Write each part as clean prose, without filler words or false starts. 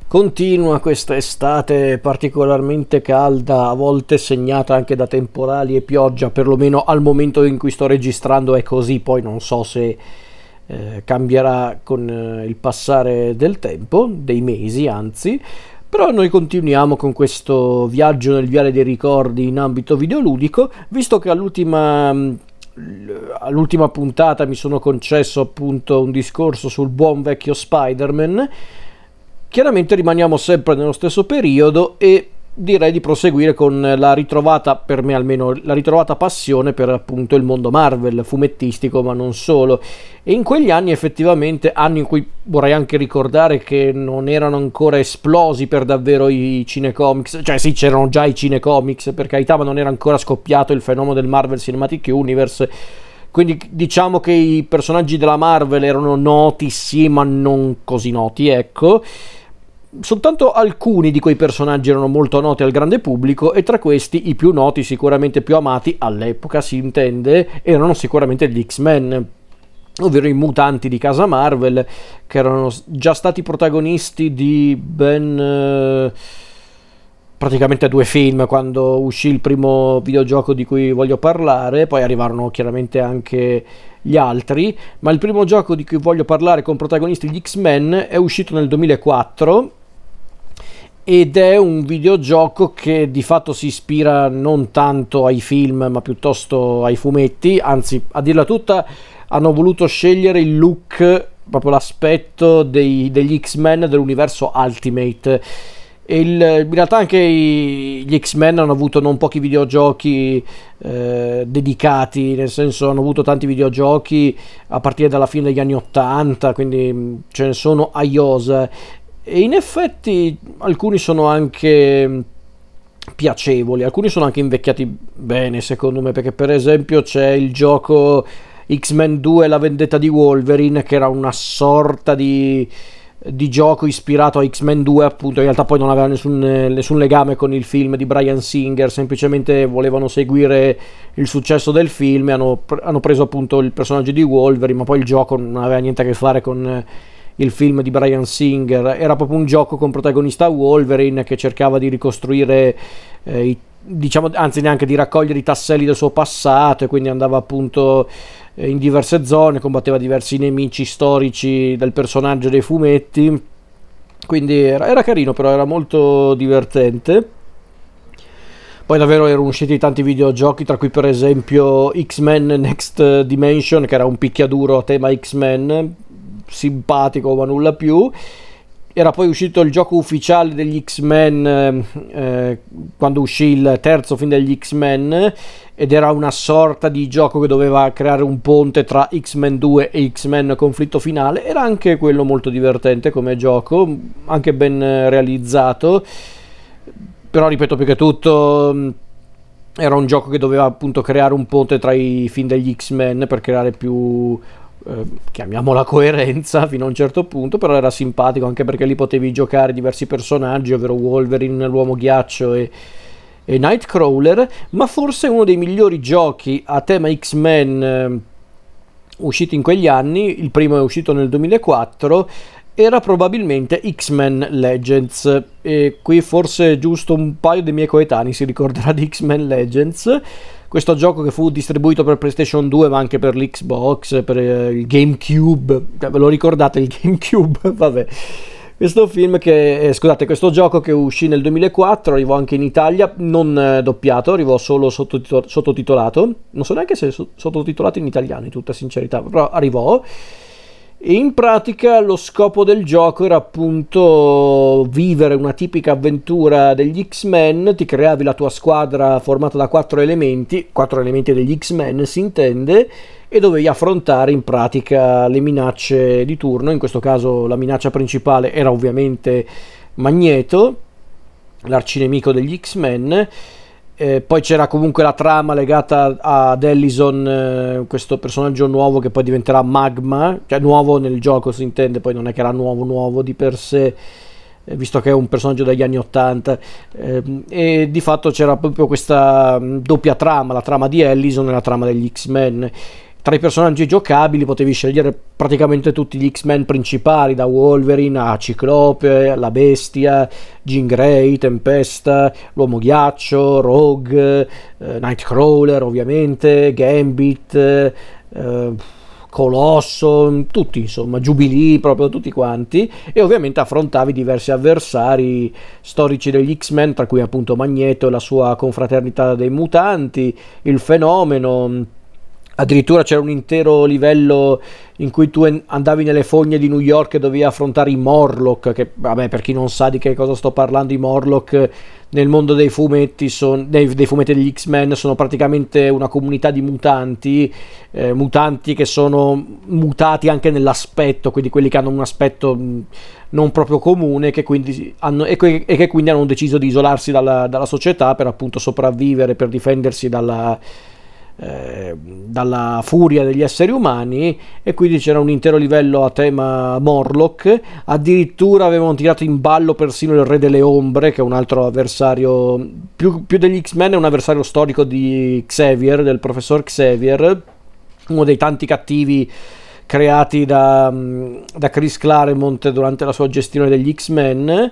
Continua questa estate particolarmente calda, a volte segnata anche da temporali e pioggia, perlomeno al momento in cui sto registrando è così, poi non so se cambierà con il passare del tempo, dei mesi anzi, però noi continuiamo con questo viaggio nel viale dei ricordi in ambito videoludico, visto che all'ultima puntata mi sono concesso appunto un discorso sul buon vecchio Spider-Man. Chiaramente rimaniamo sempre nello stesso periodo e direi di proseguire con la ritrovata, per me almeno, la ritrovata passione per appunto il mondo Marvel, fumettistico ma non solo. E in quegli anni effettivamente, anni in cui vorrei anche ricordare che non erano ancora esplosi per davvero i cinecomics, cioè sì, c'erano già i cinecomics per carità, ma non era ancora scoppiato il fenomeno del Marvel Cinematic Universe. Quindi diciamo che i personaggi della Marvel erano noti sì, ma non così noti, ecco. Soltanto alcuni di quei personaggi erano molto noti al grande pubblico e tra questi i più noti, sicuramente più amati all'epoca si intende, erano sicuramente gli X-Men, ovvero i mutanti di casa Marvel, che erano già stati protagonisti di ben praticamente due film quando uscì il primo videogioco di cui voglio parlare. Poi arrivarono chiaramente anche gli altri, ma il primo gioco di cui voglio parlare con protagonisti gli X-Men è uscito nel 2004 ed è un videogioco che di fatto si ispira non tanto ai film ma piuttosto ai fumetti, anzi a dirla tutta hanno voluto scegliere il look, proprio l'aspetto degli X-Men dell'universo Ultimate. In realtà anche gli X-Men hanno avuto non pochi videogiochi dedicati, nel senso hanno avuto tanti videogiochi a partire dalla fine degli anni 80, quindi ce ne sono a iosa e in effetti alcuni sono anche piacevoli, alcuni sono anche invecchiati bene secondo me, perché per esempio c'è il gioco X-Men 2 La vendetta di Wolverine, che era una sorta di gioco ispirato a X-Men 2, appunto. In realtà poi non aveva nessun legame con il film di Bryan Singer, semplicemente volevano seguire il successo del film e hanno preso appunto il personaggio di Wolverine, ma poi il gioco non aveva niente a che fare con il film di Bryan Singer, era proprio un gioco con protagonista Wolverine che cercava di ricostruire diciamo, anzi neanche di raccogliere i tasselli del suo passato, e quindi andava appunto in diverse zone, combatteva diversi nemici storici del personaggio dei fumetti, quindi era carino, però era molto divertente. Poi davvero erano usciti tanti videogiochi, tra cui per esempio X-Men Next Dimension, che era un picchiaduro a tema X-Men, simpatico ma nulla più. Era poi uscito il gioco ufficiale degli X-Men quando uscì il terzo film degli X-Men, ed era una sorta di gioco che doveva creare un ponte tra X-Men 2 e X-Men Conflitto Finale. Era anche quello molto divertente come gioco, anche ben realizzato, però ripeto, più che tutto era un gioco che doveva appunto creare un ponte tra i film degli X-Men per creare più chiamiamola coerenza fino a un certo punto, però era simpatico anche perché lì potevi giocare diversi personaggi, ovvero Wolverine, l'uomo ghiaccio e Nightcrawler. Ma forse uno dei migliori giochi a tema X-Men usciti in quegli anni, il primo è uscito nel 2004, era probabilmente X-Men Legends, e qui forse giusto un paio dei miei coetanei si ricorderà di X-Men Legends, questo gioco che fu distribuito per PlayStation 2 ma anche per l'Xbox, per il GameCube. Ve lo ricordate il GameCube? Vabbè, questo film che scusate, questo gioco che uscì nel 2004 arrivò anche in Italia non doppiato, arrivò solo sottotitolato, non so neanche se sottotitolato in italiano in tutta sincerità, però arrivò. E in pratica lo scopo del gioco era appunto vivere una tipica avventura degli X-Men. Ti creavi la tua squadra formata da quattro elementi degli X-Men si intende, e dovevi affrontare in pratica le minacce di turno. In questo caso la minaccia principale era ovviamente Magneto, l'arcinemico degli X-Men. Poi c'era comunque la trama legata ad Ellison, questo personaggio nuovo che poi diventerà Magma, cioè nuovo nel gioco si intende, poi non è che era nuovo di per sé, visto che è un personaggio degli anni 80, e di fatto c'era proprio questa doppia trama, la trama di Ellison e la trama degli X-Men. tra i personaggi giocabili potevi scegliere praticamente tutti gli X-Men principali, da Wolverine a Ciclope, la Bestia, Jean Grey, Tempesta, l'Uomo Ghiaccio, Rogue, Nightcrawler ovviamente, Gambit, Colosso, tutti insomma, Jubilee, proprio tutti quanti, e ovviamente affrontavi diversi avversari storici degli X-Men, tra cui appunto Magneto e la sua confraternita dei mutanti, il Fenomeno. Addirittura c'era un intero livello in cui tu andavi nelle fogne di New York e dovevi affrontare i Morlock, che vabbè, per chi non sa di che cosa sto parlando, i Morlock nel mondo dei fumetti, dei fumetti degli X-Men, sono praticamente una comunità di mutanti, mutanti che sono mutati anche nell'aspetto, quindi quelli che hanno un aspetto non proprio comune, che quindi e che quindi hanno deciso di isolarsi dalla società per appunto sopravvivere, per difendersi dalla furia degli esseri umani. E quindi c'era un intero livello a tema Morlock. Addirittura avevano tirato in ballo persino il Re delle Ombre, che è un altro avversario più degli X-Men, è un avversario storico di Xavier, del professor Xavier, uno dei tanti cattivi creati da Chris Claremont durante la sua gestione degli X-Men.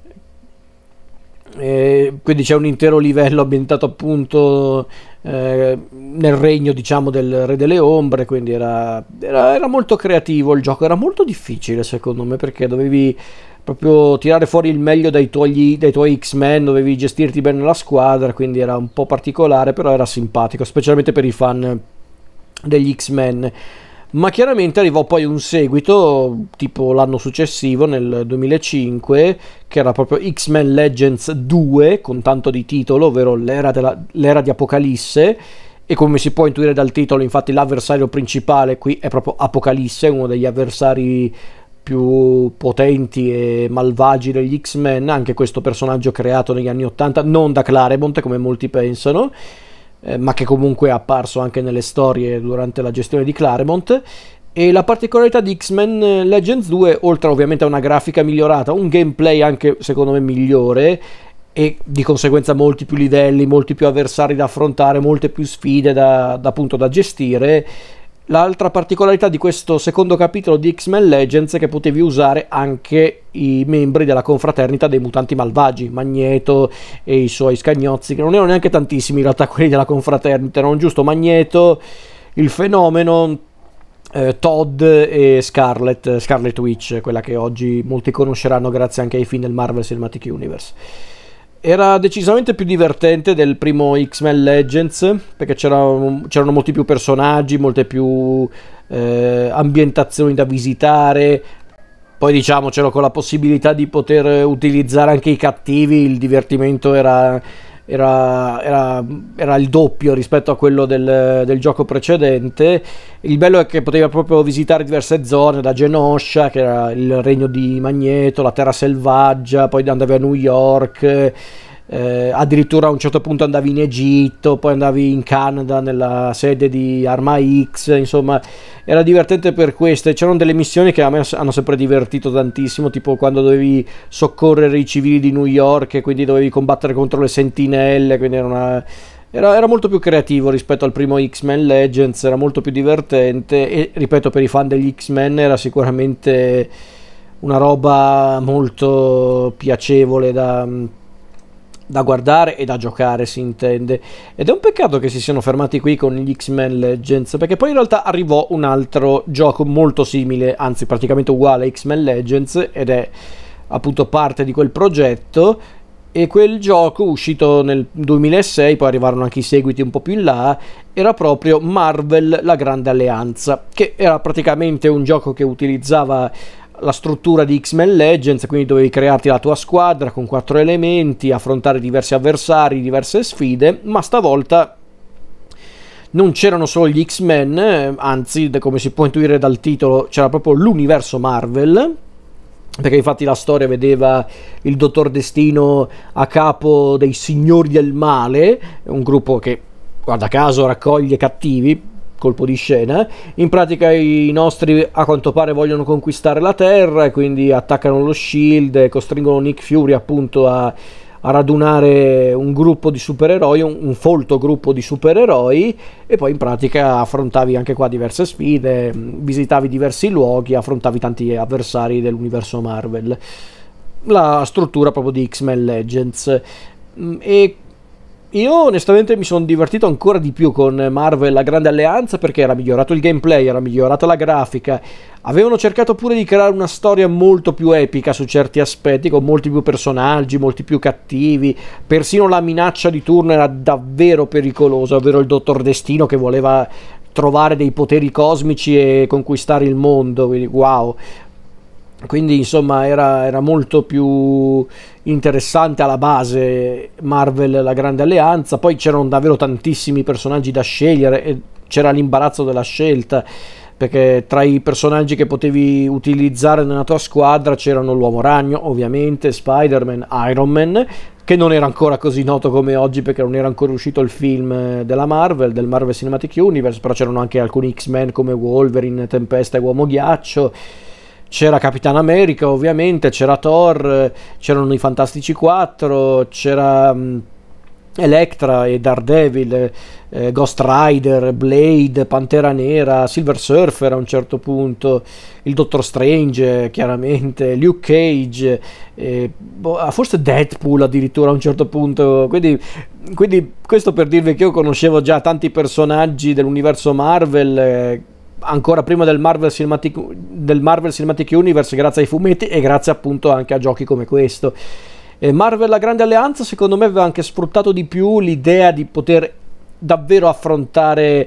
Quindi c'è un intero livello ambientato appunto nel regno, diciamo, del Re delle Ombre, quindi era molto creativo il gioco, era molto difficile secondo me, perché dovevi proprio tirare fuori il meglio dai tuoi X-Men, dovevi gestirti bene la squadra, quindi era un po' particolare, però era simpatico, specialmente per i fan degli X-Men. Ma chiaramente arrivò poi un seguito, tipo l'anno successivo, nel 2005, che era proprio X-Men Legends 2, con tanto di titolo, ovvero l'era di Apocalisse, e come si può intuire dal titolo, infatti l'avversario principale qui è proprio Apocalisse, uno degli avversari più potenti e malvagi degli X-Men, anche questo personaggio creato negli anni 80, non da Claremont come molti pensano, ma che comunque è apparso anche nelle storie durante la gestione di Claremont. E la particolarità di X-Men Legends 2, oltre ovviamente a una grafica migliorata, un gameplay anche secondo me migliore, e di conseguenza molti più livelli, molti più avversari da affrontare, molte più sfide appunto da gestire. L'altra particolarità di questo secondo capitolo di X-Men Legends è che potevi usare anche i membri della confraternita dei mutanti malvagi, Magneto e i suoi scagnozzi, che non erano neanche tantissimi in realtà quelli della confraternita, erano giusto Magneto, il Fenomeno, Todd e Scarlet Witch, quella che oggi molti conosceranno grazie anche ai film del Marvel Cinematic Universe. Era decisamente più divertente del primo X-Men Legends, perché c'erano molti più personaggi, molte più ambientazioni da visitare. Poi diciamo c'era con la possibilità di poter utilizzare anche i cattivi, il divertimento era il doppio rispetto a quello del gioco precedente. Il bello è che poteva proprio visitare diverse zone, da Genosha, che era il regno di Magneto, la Terra Selvaggia, poi andavi a New York, addirittura a un certo punto andavi in Egitto, poi andavi in Canada nella sede di Arma X, insomma era divertente per questo. E c'erano delle missioni che a me hanno sempre divertito tantissimo, tipo quando dovevi soccorrere i civili di New York e quindi dovevi combattere contro le sentinelle, quindi era molto più creativo rispetto al primo X-Men Legends, era molto più divertente, e ripeto, per i fan degli X-Men era sicuramente una roba molto piacevole da guardare e da giocare, si intende. Ed è un peccato che si siano fermati qui con gli X-Men Legends, perché poi in realtà arrivò un altro gioco molto simile, anzi praticamente uguale a X-Men Legends, ed è appunto parte di quel progetto. E quel gioco, uscito nel 2006, poi arrivarono anche i seguiti un po' più in là, era proprio Marvel La Grande Alleanza, che era praticamente un gioco che utilizzava la struttura di X-Men Legends, quindi dovevi crearti la tua squadra con 4 elementi, affrontare diversi avversari, diverse sfide, ma stavolta non c'erano solo gli X-Men, anzi, come si può intuire dal titolo, c'era proprio l'universo Marvel, perché infatti la storia vedeva il Dottor Destino a capo dei Signori del Male, un gruppo che, guarda caso, raccoglie cattivi, colpo di scena. In pratica i nostri a quanto pare vogliono conquistare la Terra e quindi attaccano lo Shield e costringono Nick Fury appunto a a radunare un gruppo di supereroi, un folto gruppo di supereroi, e poi in pratica affrontavi anche qua diverse sfide, visitavi diversi luoghi, affrontavi tanti avversari dell'universo Marvel. La struttura proprio di X-Men Legends. E io onestamente mi sono divertito ancora di più con Marvel La Grande Alleanza, perché era migliorato il gameplay, era migliorata la grafica, avevano cercato pure di creare una storia molto più epica su certi aspetti, con molti più personaggi, molti più cattivi, persino la minaccia di turno era davvero pericolosa, ovvero il Dottor Destino che voleva trovare dei poteri cosmici e conquistare il mondo, quindi wow. Quindi insomma era molto più interessante alla base Marvel La Grande Alleanza. Poi c'erano davvero tantissimi personaggi da scegliere e c'era l'imbarazzo della scelta, perché tra i personaggi che potevi utilizzare nella tua squadra c'erano l'Uomo Ragno, ovviamente, Spider-Man, Iron Man, che non era ancora così noto come oggi perché non era ancora uscito il film della Marvel, del Marvel Cinematic Universe, però c'erano anche alcuni X-Men come Wolverine, Tempesta e Uomo Ghiaccio. C'era Capitan America, ovviamente, c'era Thor, c'erano i Fantastici 4, c'era Elektra e Daredevil, Ghost Rider, Blade, Pantera Nera, Silver Surfer a un certo punto, il Dottor Strange, chiaramente, Luke Cage, forse Deadpool addirittura a un certo punto. Quindi questo per dirvi che io conoscevo già tanti personaggi dell'universo Marvel, ancora prima del Marvel Cinematic Universe, grazie ai fumetti e grazie appunto anche a giochi come questo. Marvel La Grande Alleanza secondo me aveva anche sfruttato di più l'idea di poter davvero affrontare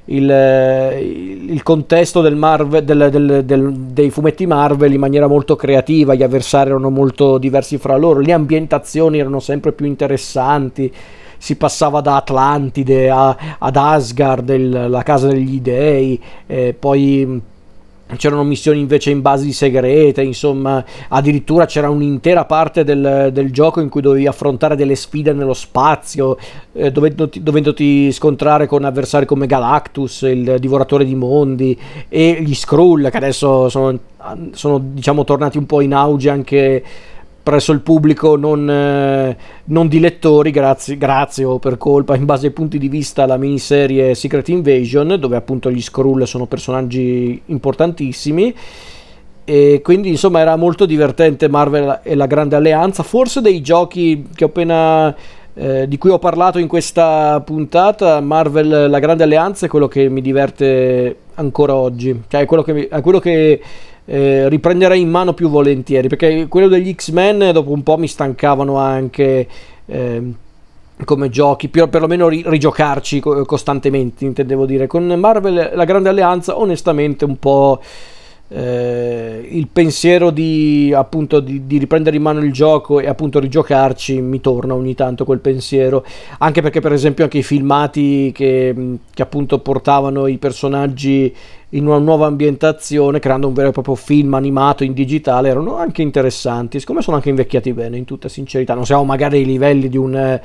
il contesto del Marvel, dei fumetti Marvel in maniera molto creativa. Gli avversari erano molto diversi fra loro, le ambientazioni erano sempre più interessanti, si passava da Atlantide ad Asgard, la casa degli dei, poi c'erano missioni invece in basi segrete, insomma addirittura c'era un'intera parte del gioco in cui dovevi affrontare delle sfide nello spazio, dovendoti scontrare con avversari come Galactus, il divoratore di mondi, e gli Skrull, che adesso sono diciamo tornati un po' in auge anche presso il pubblico non di lettori, grazie o per colpa, in base ai punti di vista, alla miniserie Secret Invasion, dove appunto gli Skrull sono personaggi importantissimi. E quindi insomma era molto divertente Marvel e La Grande Alleanza. Forse dei giochi che ho appena di cui ho parlato in questa puntata, Marvel La Grande Alleanza è quello che mi diverte ancora oggi, cioè è quello che riprenderei in mano più volentieri, perché quello degli X-Men dopo un po' mi stancavano anche come giochi, perlomeno rigiocarci costantemente, intendevo dire. Con Marvel La Grande Alleanza onestamente un po' il pensiero di riprendere in mano il gioco e appunto rigiocarci mi torna ogni tanto quel pensiero, anche perché per esempio anche i filmati che appunto portavano i personaggi in una nuova ambientazione, creando un vero e proprio film animato in digitale, erano anche interessanti. Siccome sono anche invecchiati bene, in tutta sincerità, non siamo magari ai livelli di un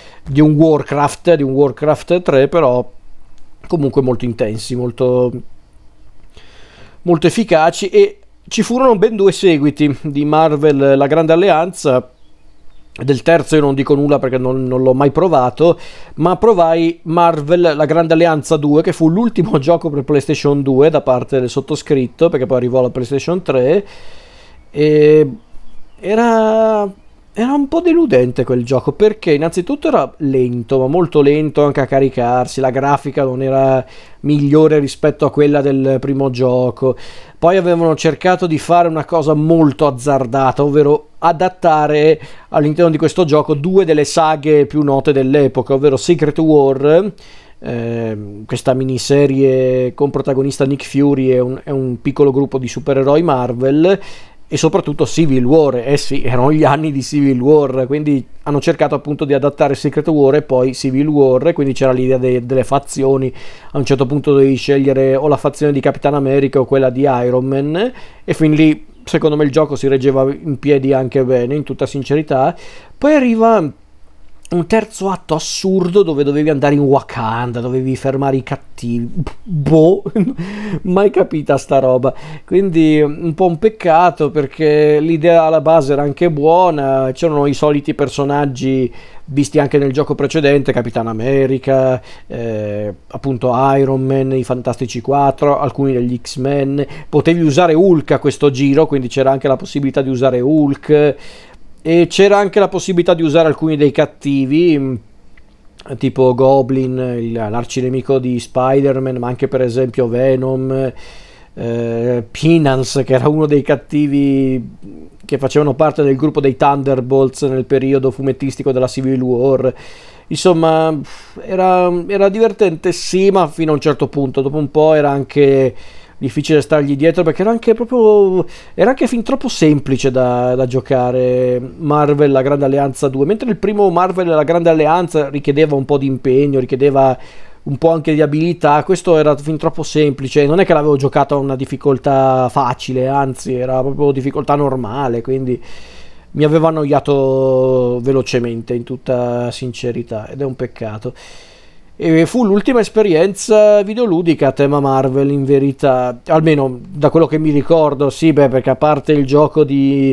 Warcraft 3, però comunque molto intensi, molto efficaci. E ci furono ben 2 seguiti di Marvel La Grande Alleanza. Del terzo io non dico nulla perché non l'ho mai provato, ma provai Marvel La Grande Alleanza 2, che fu l'ultimo gioco per PlayStation 2 da parte del sottoscritto, perché poi arrivò la PlayStation 3 e era un po' deludente quel gioco, perché innanzitutto era lento, ma molto lento anche a caricarsi, la grafica non era migliore rispetto a quella del primo gioco. Poi avevano cercato di fare una cosa molto azzardata, ovvero adattare all'interno di questo gioco 2 delle saghe più note dell'epoca, ovvero Secret War, questa miniserie con protagonista Nick Fury e un piccolo gruppo di supereroi Marvel, e soprattutto Civil War. Sì, erano gli anni di Civil War, quindi hanno cercato appunto di adattare Secret War e poi Civil War, e quindi c'era l'idea delle fazioni. A un certo punto dovevi scegliere o la fazione di Capitan America o quella di Iron Man, e fin lì secondo me il gioco si reggeva in piedi anche bene, in tutta sincerità. Poi arriva un terzo atto assurdo dove dovevi andare in Wakanda, dovevi fermare i cattivi. Boh, mai capita sta roba. Quindi un po' un peccato perché l'idea alla base era anche buona, c'erano i soliti personaggi visti anche nel gioco precedente, Capitan America, appunto Iron Man, i Fantastici 4, alcuni degli X-Men. Potevi usare Hulk a questo giro, quindi c'era anche la possibilità di usare Hulk. E c'era anche la possibilità di usare alcuni dei cattivi, tipo Goblin, l'arcinemico di Spider-Man, ma anche per esempio Venom, Peanuts, che era uno dei cattivi che facevano parte del gruppo dei Thunderbolts nel periodo fumettistico della Civil War. Insomma, era divertente, sì, ma fino a un certo punto. Dopo un po' era anche difficile stargli dietro perché era anche fin troppo semplice da giocare Marvel la Grande Alleanza 2, mentre il primo Marvel la Grande Alleanza richiedeva un po' di impegno, richiedeva un po' anche di abilità. Questo era fin troppo semplice, non è che l'avevo giocato a una difficoltà facile, anzi era proprio difficoltà normale, quindi mi aveva annoiato velocemente, in tutta sincerità, ed è un peccato. E fu l'ultima esperienza videoludica a tema Marvel, in verità, almeno da quello che mi ricordo. Sì, beh, perché a parte il gioco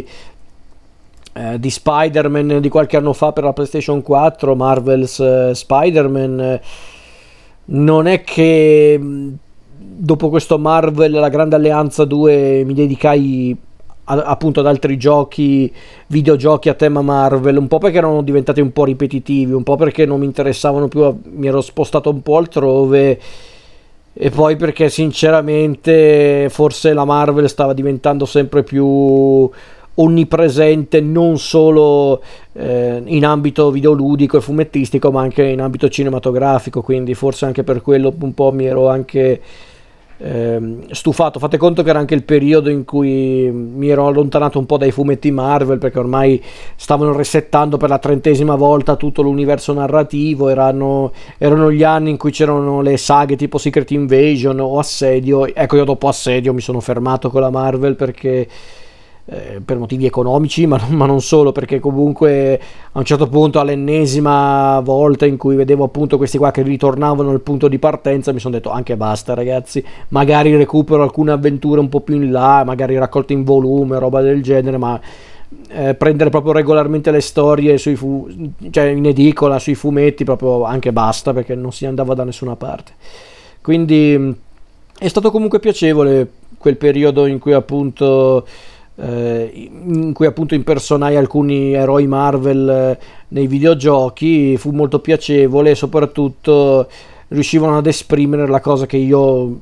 di Spider-Man di qualche anno fa per la PlayStation 4, Marvel's Spider-Man, non è che dopo questo Marvel la Grande Alleanza 2 mi dedicai appunto ad altri videogiochi a tema Marvel, un po' perché erano diventati un po' ripetitivi, un po' perché non mi interessavano più, mi ero spostato un po' altrove, e poi perché sinceramente forse la Marvel stava diventando sempre più onnipresente, non solo in ambito videoludico e fumettistico, ma anche in ambito cinematografico, quindi forse anche per quello un po' mi ero anche stufato. Fate conto che era anche il periodo in cui mi ero allontanato un po' dai fumetti Marvel, perché ormai stavano resettando per la 30ª volta tutto l'universo narrativo. Erano gli anni in cui c'erano le saghe tipo Secret Invasion o Assedio. Ecco, io dopo Assedio mi sono fermato con la Marvel perché per motivi economici, ma non solo, perché comunque a un certo punto, all'ennesima volta in cui vedevo appunto questi qua che ritornavano al punto di partenza, mi sono detto anche basta ragazzi, magari recupero alcune avventure un po' più in là, magari raccolte in volume, roba del genere, ma prendere proprio regolarmente le storie cioè in edicola, sui fumetti, proprio anche basta, perché non si andava da nessuna parte. Quindi è stato comunque piacevole quel periodo in cui appunto impersonai alcuni eroi Marvel nei videogiochi. Fu molto piacevole e soprattutto riuscivano ad esprimere la cosa che io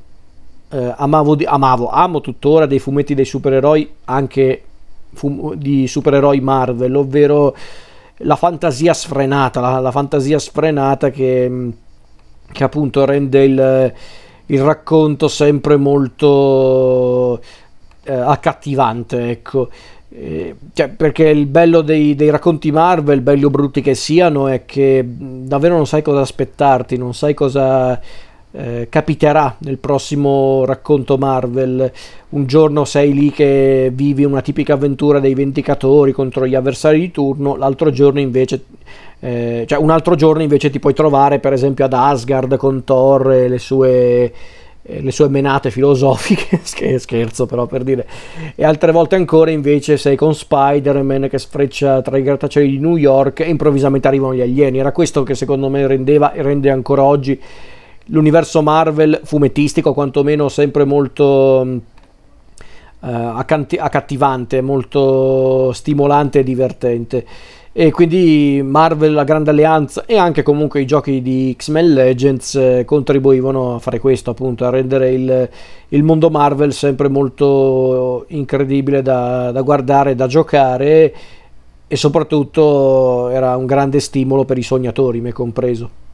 amo tuttora dei fumetti dei supereroi, anche di supereroi Marvel, ovvero la fantasia sfrenata, la fantasia sfrenata che appunto rende il racconto sempre molto accattivante, ecco. Cioè, perché il bello dei racconti Marvel, belli o brutti che siano, è che davvero non sai cosa aspettarti, non sai cosa capiterà nel prossimo racconto Marvel. Un giorno sei lì che vivi una tipica avventura dei Vendicatori contro gli avversari di turno, l'altro giorno invece un altro giorno invece ti puoi trovare per esempio ad Asgard con Thor e le sue menate filosofiche, scherzo però, per dire. E altre volte ancora invece sei con Spider-Man che sfreccia tra i grattacieli di New York e improvvisamente arrivano gli alieni. Era questo che secondo me rendeva e rende ancora oggi l'universo Marvel fumettistico quantomeno sempre molto accattivante, molto stimolante e divertente. E quindi Marvel, la Grande Alleanza e anche comunque i giochi di X-Men Legends contribuivano a fare questo, appunto, a rendere il mondo Marvel sempre molto incredibile da guardare, da giocare, e soprattutto era un grande stimolo per i sognatori, me compreso.